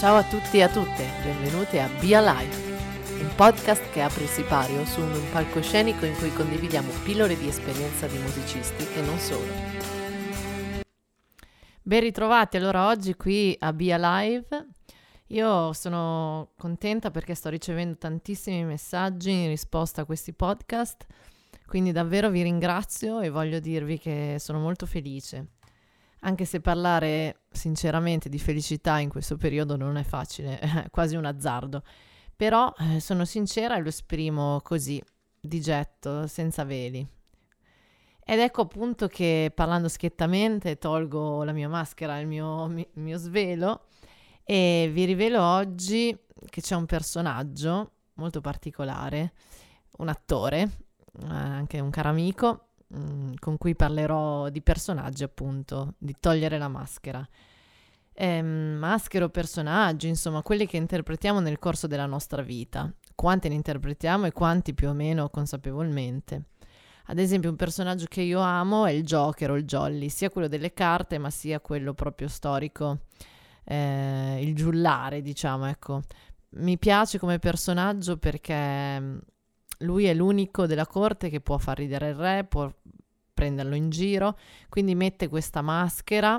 Ciao a tutti e a tutte, benvenuti a Be Alive, un podcast che apre il sipario su un palcoscenico in cui condividiamo pillole di esperienza di musicisti e non solo. Ben ritrovati allora oggi qui a Be Alive. Io sono contenta perché sto ricevendo tantissimi messaggi in risposta a questi podcast, quindi davvero vi ringrazio e voglio dirvi che sono molto felice. Anche se parlare sinceramente di felicità in questo periodo non è facile, è quasi un azzardo. Però sono sincera e lo esprimo così, di getto, senza veli. Ed ecco appunto che parlando schiettamente tolgo la mia maschera, il mio svelo e vi rivelo oggi che c'è un personaggio molto particolare, un attore, anche un caro amico, con cui parlerò di personaggi, appunto, di togliere la maschera. Maschere o personaggi, insomma, quelli che interpretiamo nel corso della nostra vita. Quanti ne interpretiamo e quanti più o meno consapevolmente. Ad esempio, un personaggio che io amo è il Joker o il Jolly, sia quello delle carte, ma sia quello proprio storico, il giullare, diciamo, ecco. Mi piace come personaggio perché lui è l'unico della corte che può far ridere il re, può prenderlo in giro, quindi mette questa maschera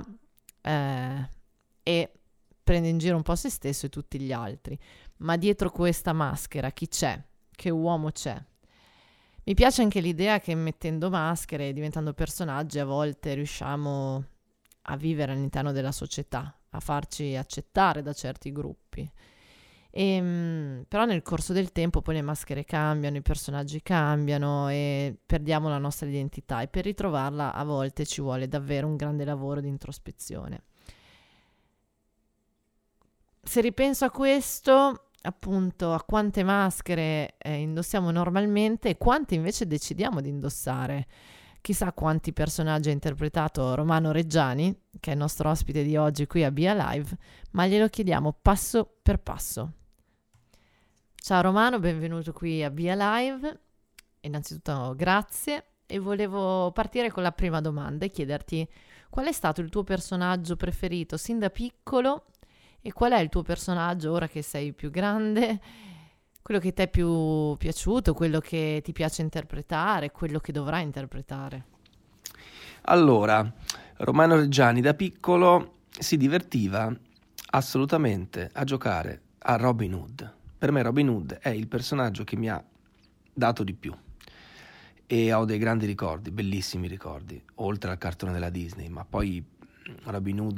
e prende in giro un po' se stesso e tutti gli altri. Ma dietro questa maschera chi c'è? Che uomo c'è? Mi piace anche l'idea che mettendo maschere e diventando personaggi a volte riusciamo a vivere all'interno della società, a farci accettare da certi gruppi. Però nel corso del tempo poi le maschere cambiano, i personaggi cambiano e perdiamo la nostra identità, e per ritrovarla a volte ci vuole davvero un grande lavoro di introspezione. Se ripenso a questo, appunto, a quante maschere indossiamo normalmente e quante invece decidiamo di indossare. Chissà quanti personaggi ha interpretato Romano Reggiani, che è il nostro ospite di oggi qui a Be Alive, ma glielo chiediamo passo per passo. Ciao Romano, benvenuto qui a Be Alive. Innanzitutto grazie, e volevo partire con la prima domanda e chiederti qual è stato il tuo personaggio preferito sin da piccolo e qual è il tuo personaggio ora che sei più grande, quello che ti è più piaciuto, quello che ti piace interpretare, quello che dovrai interpretare. Allora, Romano Reggiani da piccolo si divertiva assolutamente a giocare a Robin Hood. Per me Robin Hood è il personaggio che mi ha dato di più e ho dei grandi ricordi, bellissimi ricordi, oltre al cartone della Disney, ma poi Robin Hood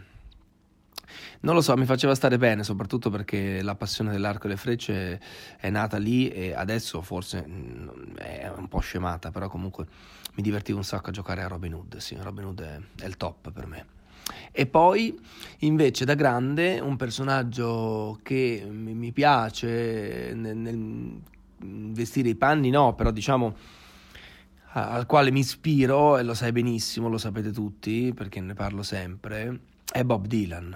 non lo so, mi faceva stare bene, soprattutto perché la passione dell'arco e le frecce è nata lì e adesso forse è un po' scemata, però comunque mi divertivo un sacco a giocare a Robin Hood. Sì, Robin Hood è il top per me. E poi invece da grande un personaggio che mi piace nel vestire i panni, no, però diciamo al quale mi ispiro, e lo sai benissimo, lo sapete tutti perché ne parlo sempre, è Bob Dylan.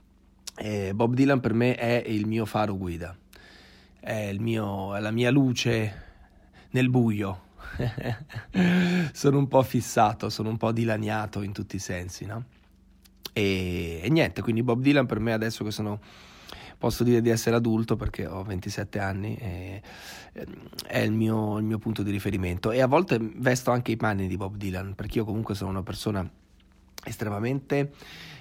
Bob Dylan per me è il mio faro guida, è la mia luce nel buio. Sono un po' fissato, sono un po' dilaniato in tutti i sensi, no? E niente, quindi Bob Dylan per me adesso che posso dire di essere adulto perché ho 27 anni, è il mio punto di riferimento, e a volte vesto anche i panni di Bob Dylan perché io comunque sono una persona estremamente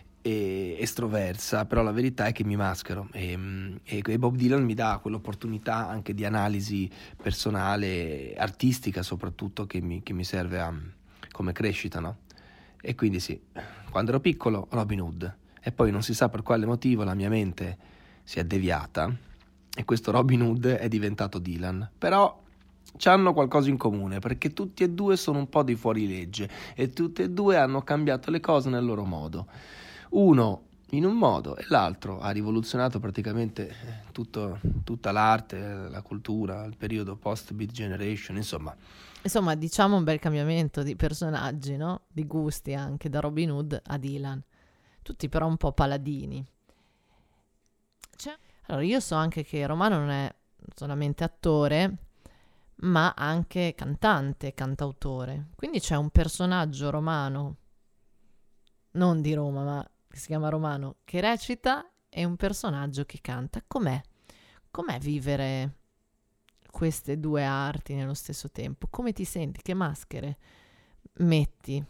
estroversa, però la verità è che mi maschero e Bob Dylan mi dà quell'opportunità anche di analisi personale, artistica soprattutto, che mi serve come crescita, no? E quindi sì, quando ero piccolo Robin Hood, e poi non si sa per quale motivo la mia mente si è deviata e questo Robin Hood è diventato Dylan. Però c'hanno qualcosa in comune perché tutti e due sono un po' di fuorilegge e tutti e due hanno cambiato le cose nel loro modo. Uno in un modo e l'altro ha rivoluzionato praticamente tutta l'arte, la cultura, il periodo post-Beat Generation, insomma, diciamo un bel cambiamento di personaggi, no? Di gusti anche, da Robin Hood a Dylan. Tutti però un po' paladini. Allora, io so anche che Romano non è solamente attore, ma anche cantante, cantautore. Quindi c'è un personaggio romano, non di Roma, ma che si chiama Romano, che recita e un personaggio che canta. Com'è vivere queste due arti nello stesso tempo? Come ti senti? Che maschere metti?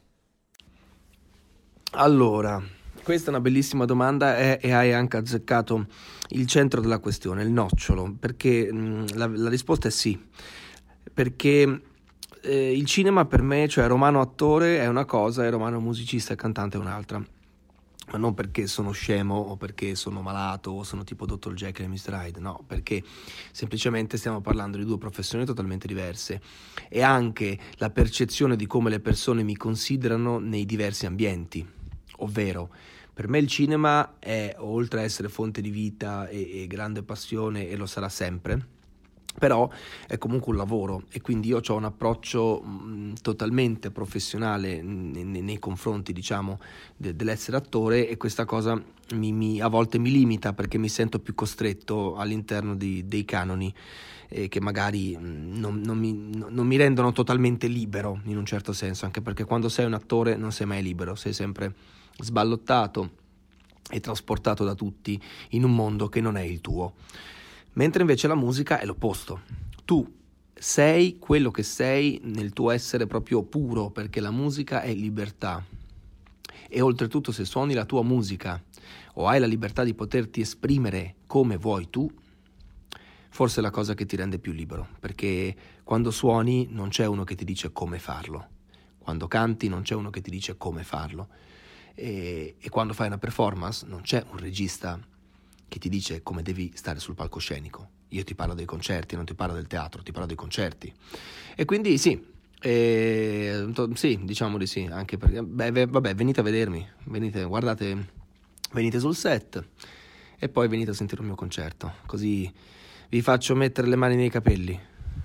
Allora, questa è una bellissima domanda e hai anche azzeccato il centro della questione, il nocciolo, perché la risposta è sì, perché il cinema per me, cioè Romano attore è una cosa e Romano musicista e cantante è un'altra. Ma non perché sono scemo o perché sono malato o sono tipo Dr. Jekyll e Mr. Hyde, no, perché semplicemente stiamo parlando di due professioni totalmente diverse e anche la percezione di come le persone mi considerano nei diversi ambienti, ovvero per me il cinema è, oltre a essere fonte di vita e grande passione, e lo sarà sempre, però è comunque un lavoro e quindi io ho un approccio totalmente professionale nei confronti, diciamo, dell'essere attore, e questa cosa a volte mi limita perché mi sento più costretto all'interno dei canoni che magari non mi rendono totalmente libero in un certo senso, anche perché quando sei un attore non sei mai libero, sei sempre sballottato e trasportato da tutti in un mondo che non è il tuo. Mentre invece la musica è l'opposto. Tu sei quello che sei nel tuo essere proprio puro, perché la musica è libertà. E oltretutto, se suoni la tua musica o hai la libertà di poterti esprimere come vuoi tu, forse è la cosa che ti rende più libero, perché quando suoni non c'è uno che ti dice come farlo, quando canti non c'è uno che ti dice come farlo, e quando fai una performance non c'è un regista che ti dice come devi stare sul palcoscenico. Io ti parlo dei concerti, non ti parlo del teatro, ti parlo dei concerti. E quindi sì, sì, diciamo di sì, anche perché, vabbè, venite a vedermi, venite sul set e poi venite a sentire il mio concerto, così vi faccio mettere le mani nei capelli.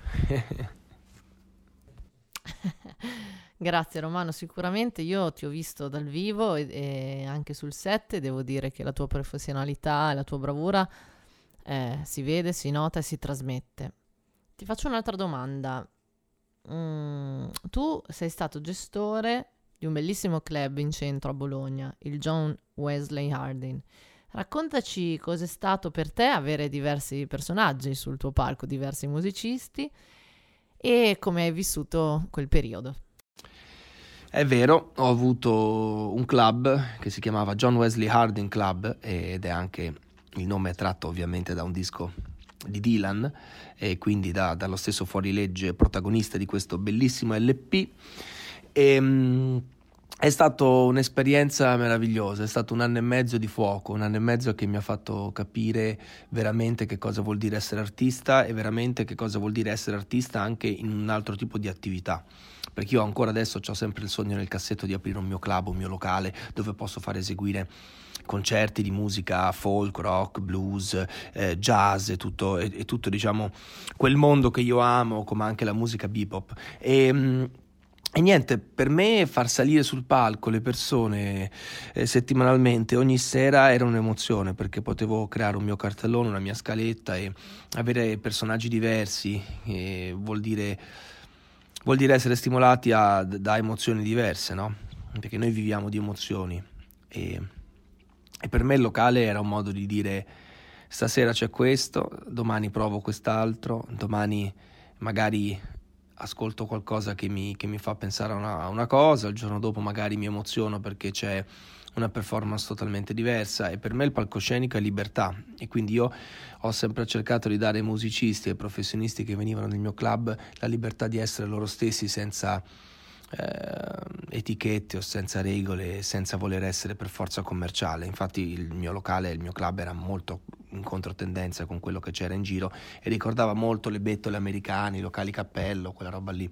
Grazie Romano, sicuramente io ti ho visto dal vivo e anche sul set, e devo dire che la tua professionalità e la tua bravura si vede, si nota e si trasmette. Ti faccio un'altra domanda. Tu sei stato gestore di un bellissimo club in centro a Bologna, il John Wesley Harding. Raccontaci cos'è stato per te avere diversi personaggi sul tuo palco, diversi musicisti, e come hai vissuto quel periodo. È vero, ho avuto un club che si chiamava John Wesley Harding Club, ed è anche il nome è tratto ovviamente da un disco di Dylan e quindi dallo stesso fuorilegge protagonista di questo bellissimo LP. È stato un'esperienza meravigliosa, è stato 1 anno e mezzo di fuoco, 1 anno e mezzo che mi ha fatto capire veramente che cosa vuol dire essere artista e veramente che cosa vuol dire essere artista anche in un altro tipo di attività. Perché io ancora adesso ho sempre il sogno nel cassetto di aprire un mio club, un mio locale dove posso fare eseguire concerti di musica folk, rock, blues, jazz e tutto diciamo quel mondo che io amo, come anche la musica bebop. E niente, per me far salire sul palco le persone settimanalmente, ogni sera, era un'emozione, perché potevo creare un mio cartellone, una mia scaletta e avere personaggi diversi, vuol dire essere stimolati da emozioni diverse, no? Perché noi viviamo di emozioni e per me il locale era un modo di dire: stasera c'è questo, domani provo quest'altro, domani magari ascolto qualcosa che mi fa pensare a una cosa, il giorno dopo magari mi emoziono perché c'è una performance totalmente diversa. E per me il palcoscenico è libertà, e quindi io ho sempre cercato di dare ai musicisti e ai professionisti che venivano nel mio club la libertà di essere loro stessi, senza etichette o senza regole, senza voler essere per forza commerciale. Infatti il mio locale, il mio club era molto in controtendenza con quello che c'era in giro e ricordava molto le bettole americane, i locali cappello, quella roba lì.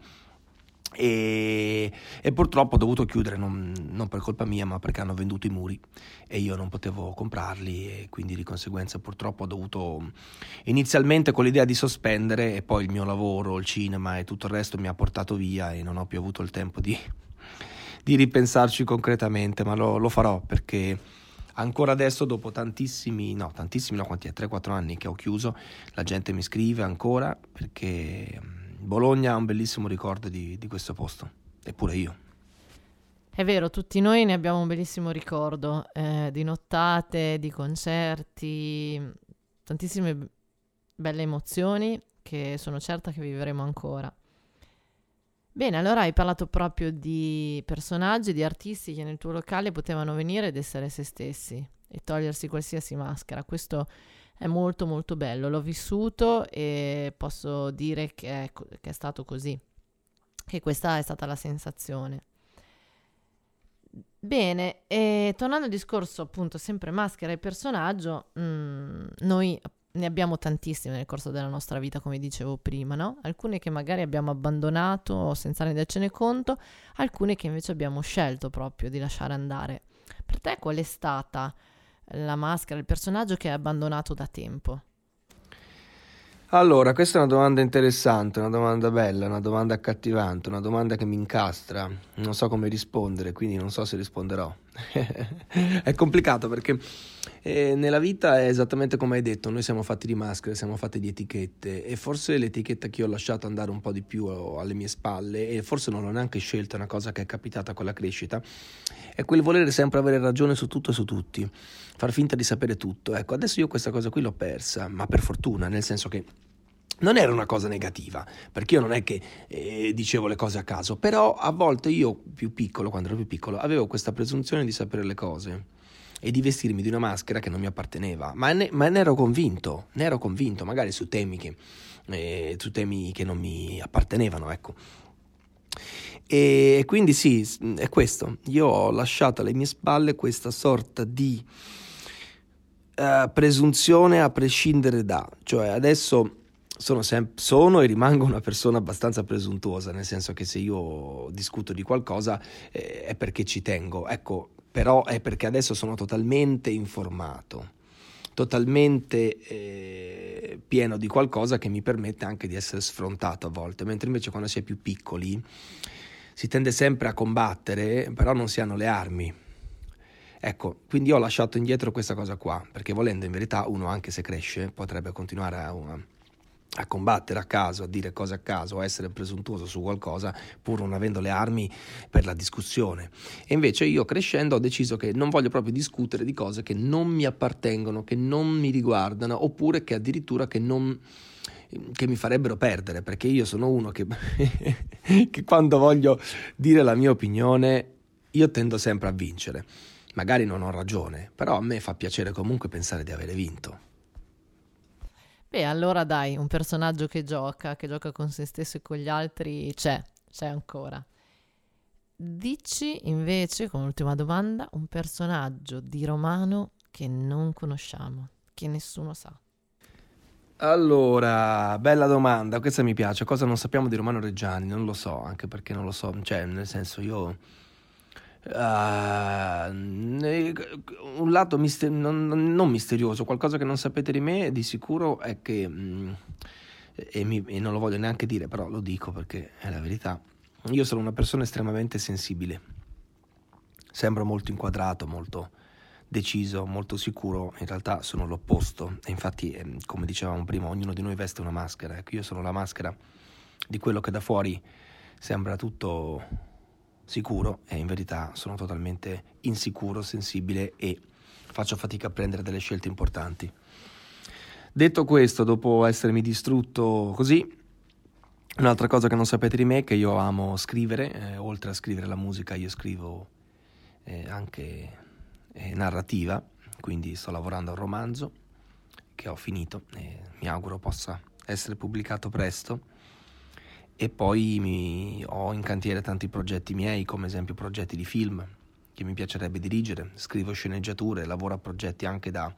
E purtroppo ho dovuto chiudere, non per colpa mia, ma perché hanno venduto i muri e io non potevo comprarli, e quindi di conseguenza purtroppo ho dovuto inizialmente con l'idea di sospendere, e poi il mio lavoro, il cinema e tutto il resto mi ha portato via e non ho più avuto il tempo di ripensarci concretamente, ma lo farò, perché ancora adesso, dopo tantissimi no, quanti è? 3-4 anni che ho chiuso, la gente mi scrive ancora, perché Bologna ha un bellissimo ricordo di questo posto, eppure io. È vero, tutti noi ne abbiamo un bellissimo ricordo, di nottate, di concerti, tantissime belle emozioni che sono certa che vivremo ancora. Bene, allora hai parlato proprio di personaggi, di artisti che nel tuo locale potevano venire ed essere se stessi e togliersi qualsiasi maschera. Questo è molto molto bello, l'ho vissuto e posso dire che è stato così, che questa è stata la sensazione. Bene, e tornando al discorso appunto sempre maschera e personaggio, noi ne abbiamo tantissime nel corso della nostra vita, come dicevo prima, no? Alcune che magari abbiamo abbandonato senza rendercene conto, alcune che invece abbiamo scelto proprio di lasciare andare. Per te qual è stata la maschera, il personaggio che hai abbandonato da tempo? Allora, questa è una domanda interessante, una domanda bella, una domanda accattivante, una domanda che mi incastra. Non so come rispondere, quindi non so se risponderò. È complicato perché nella vita è esattamente come hai detto, noi siamo fatti di maschere, siamo fatti di etichette e forse l'etichetta che ho lasciato andare un po' di più alle mie spalle e forse non l'ho neanche scelta, è una cosa che è capitata con la crescita, è quel volere sempre avere ragione su tutto e su tutti, far finta di sapere tutto. Ecco, adesso io questa cosa qui l'ho persa, ma per fortuna, nel senso che non era una cosa negativa, perché io non è che dicevo le cose a caso, però a volte io, quando ero più piccolo, avevo questa presunzione di sapere le cose e di vestirmi di una maschera che non mi apparteneva, ma ne ero convinto, magari su temi che non mi appartenevano, ecco. E quindi sì, è questo, io ho lasciato alle mie spalle questa sorta di presunzione a prescindere da, cioè adesso sono e rimango una persona abbastanza presuntuosa, nel senso che se io discuto di qualcosa è perché ci tengo, ecco, però è perché adesso sono totalmente informato, totalmente pieno di qualcosa che mi permette anche di essere sfrontato a volte, mentre invece quando si è più piccoli si tende sempre a combattere, però non si hanno le armi. Ecco, quindi ho lasciato indietro questa cosa qua, perché volendo in verità uno anche se cresce potrebbe continuare a combattere a caso, a dire cose a caso, a essere presuntuoso su qualcosa pur non avendo le armi per la discussione. E invece io crescendo ho deciso che non voglio proprio discutere di cose che non mi appartengono, che non mi riguardano, oppure che addirittura che mi farebbero perdere, perché io sono uno che, che quando voglio dire la mia opinione io tendo sempre a vincere. Magari non ho ragione, però a me fa piacere comunque pensare di avere vinto. Beh, allora dai, un personaggio che gioca con se stesso e con gli altri c'è ancora. Dici invece, come ultima domanda, un personaggio di Romano che non conosciamo, che nessuno sa. Allora, bella domanda, questa mi piace. Cosa non sappiamo di Romano Reggiani? Non lo so, anche perché non lo so, cioè nel senso io... un lato non misterioso, qualcosa che non sapete di me di sicuro è che, e non lo voglio neanche dire, però lo dico perché è la verità, io sono una persona estremamente sensibile, sembro molto inquadrato, molto deciso, molto sicuro, in realtà sono l'opposto e infatti come dicevamo prima ognuno di noi veste una maschera, ecco, io sono la maschera di quello che da fuori sembra tutto sicuro e in verità sono totalmente insicuro, sensibile e faccio fatica a prendere delle scelte importanti. Detto questo, dopo essermi distrutto così, un'altra cosa che non sapete di me è che io amo scrivere, oltre a scrivere la musica io scrivo anche narrativa, quindi sto lavorando a un romanzo che ho finito e mi auguro possa essere pubblicato presto. E poi ho in cantiere tanti progetti miei, come esempio progetti di film che mi piacerebbe dirigere, scrivo sceneggiature, lavoro a progetti anche da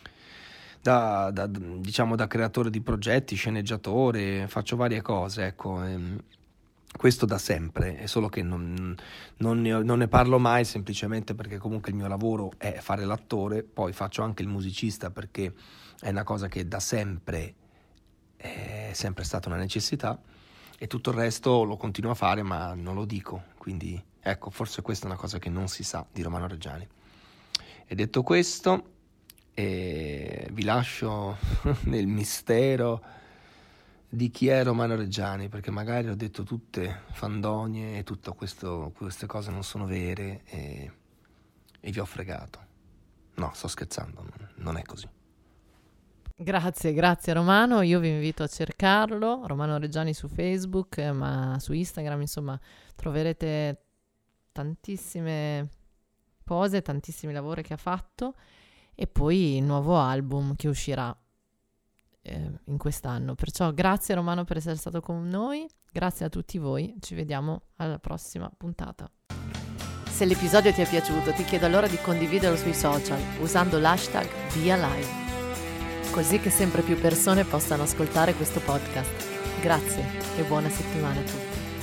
creatore di progetti, sceneggiatore, faccio varie cose, ecco, questo da sempre, è solo che non ne parlo mai semplicemente perché comunque il mio lavoro è fare l'attore, poi faccio anche il musicista perché è una cosa che da sempre è sempre stata una necessità. E tutto il resto lo continuo a fare ma non lo dico, quindi ecco, forse questa è una cosa che non si sa di Romano Reggiani. E detto questo vi lascio nel mistero di chi è Romano Reggiani, perché magari ho detto tutte fandonie e tutte queste cose non sono vere e vi ho fregato. No, sto scherzando, non è così. Grazie Romano, io vi invito a cercarlo, Romano Reggiani su Facebook, ma su Instagram, insomma, troverete tantissime cose, tantissimi lavori che ha fatto, e poi il nuovo album che uscirà in quest'anno. Perciò grazie Romano per essere stato con noi, grazie a tutti voi, ci vediamo alla prossima puntata. Se l'episodio ti è piaciuto, ti chiedo allora di condividerlo sui social usando l'hashtag #ViaLive, così che sempre più persone possano ascoltare questo podcast. Grazie e buona settimana a tutti.